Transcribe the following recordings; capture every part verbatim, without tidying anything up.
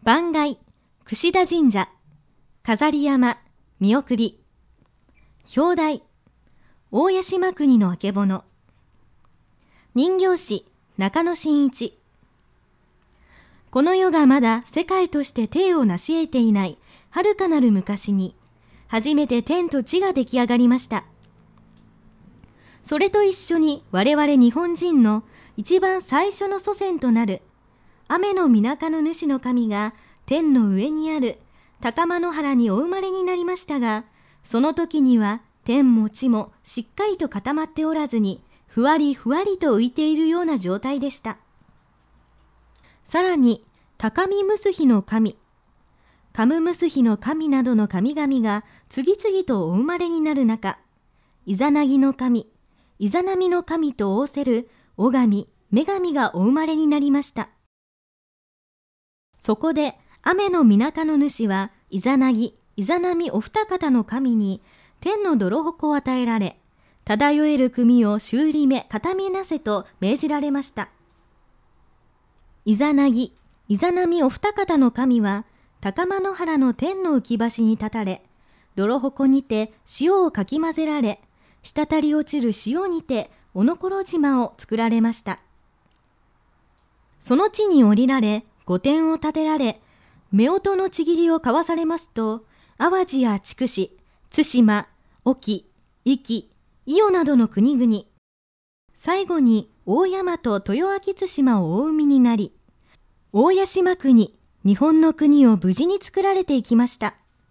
番外、櫛田神社、飾り山、見送り。表題、大屋島国のあけぼの。人形師、中野真一。この世がまだ世界として体を成し得ていない遥かなる昔に、初めて天と地が出来上がりました。それと一緒に我々日本人の一番最初の祖先となる雨の水上の主の神が天の上にある高間の原にお生まれになりましたが、その時には天も地もしっかりと固まっておらずに、ふわりふわりと浮いているような状態でした。さらに、高見むすひの神、カムムスヒの神などの神々が次々とお生まれになる中、イザナギの神、イザナミの神と仰せる女神、女神がお生まれになりました。そこで雨の水上の主はイザナギ、イザナミお二方の神に天の泥矛を与えられ、漂える組を修理め固めなせと命じられました。イザナギ、イザナミお二方の神は高間の原の天の浮き橋に立たれ、泥矛にて塩をかき混ぜられ、滴り落ちる塩にておのころ島を作られました。その地に降りられ、御殿を建てられ、夫婦のちぎりを交わされますと、淡路や筑紫、対馬、隠岐、壱岐、伊予などの国々、最後に大山と豊明対馬をお生みになり、大屋島国、日本の国を無事に作られていきました。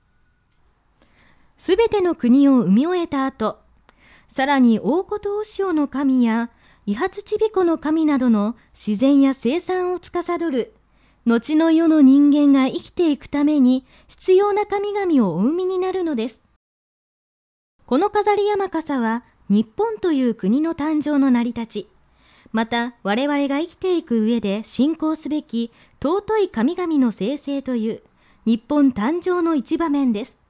すべての国を生み終えた後、さらに大琴大潮の神や伊八千彦の神などの自然や生産を司る後の世の人間が生きていくために必要な神々をお生みになるのです。この飾り山笠は日本という国の誕生の成り立ち、また我々が生きていく上で信仰すべき尊い神々の生成という日本誕生の一場面です。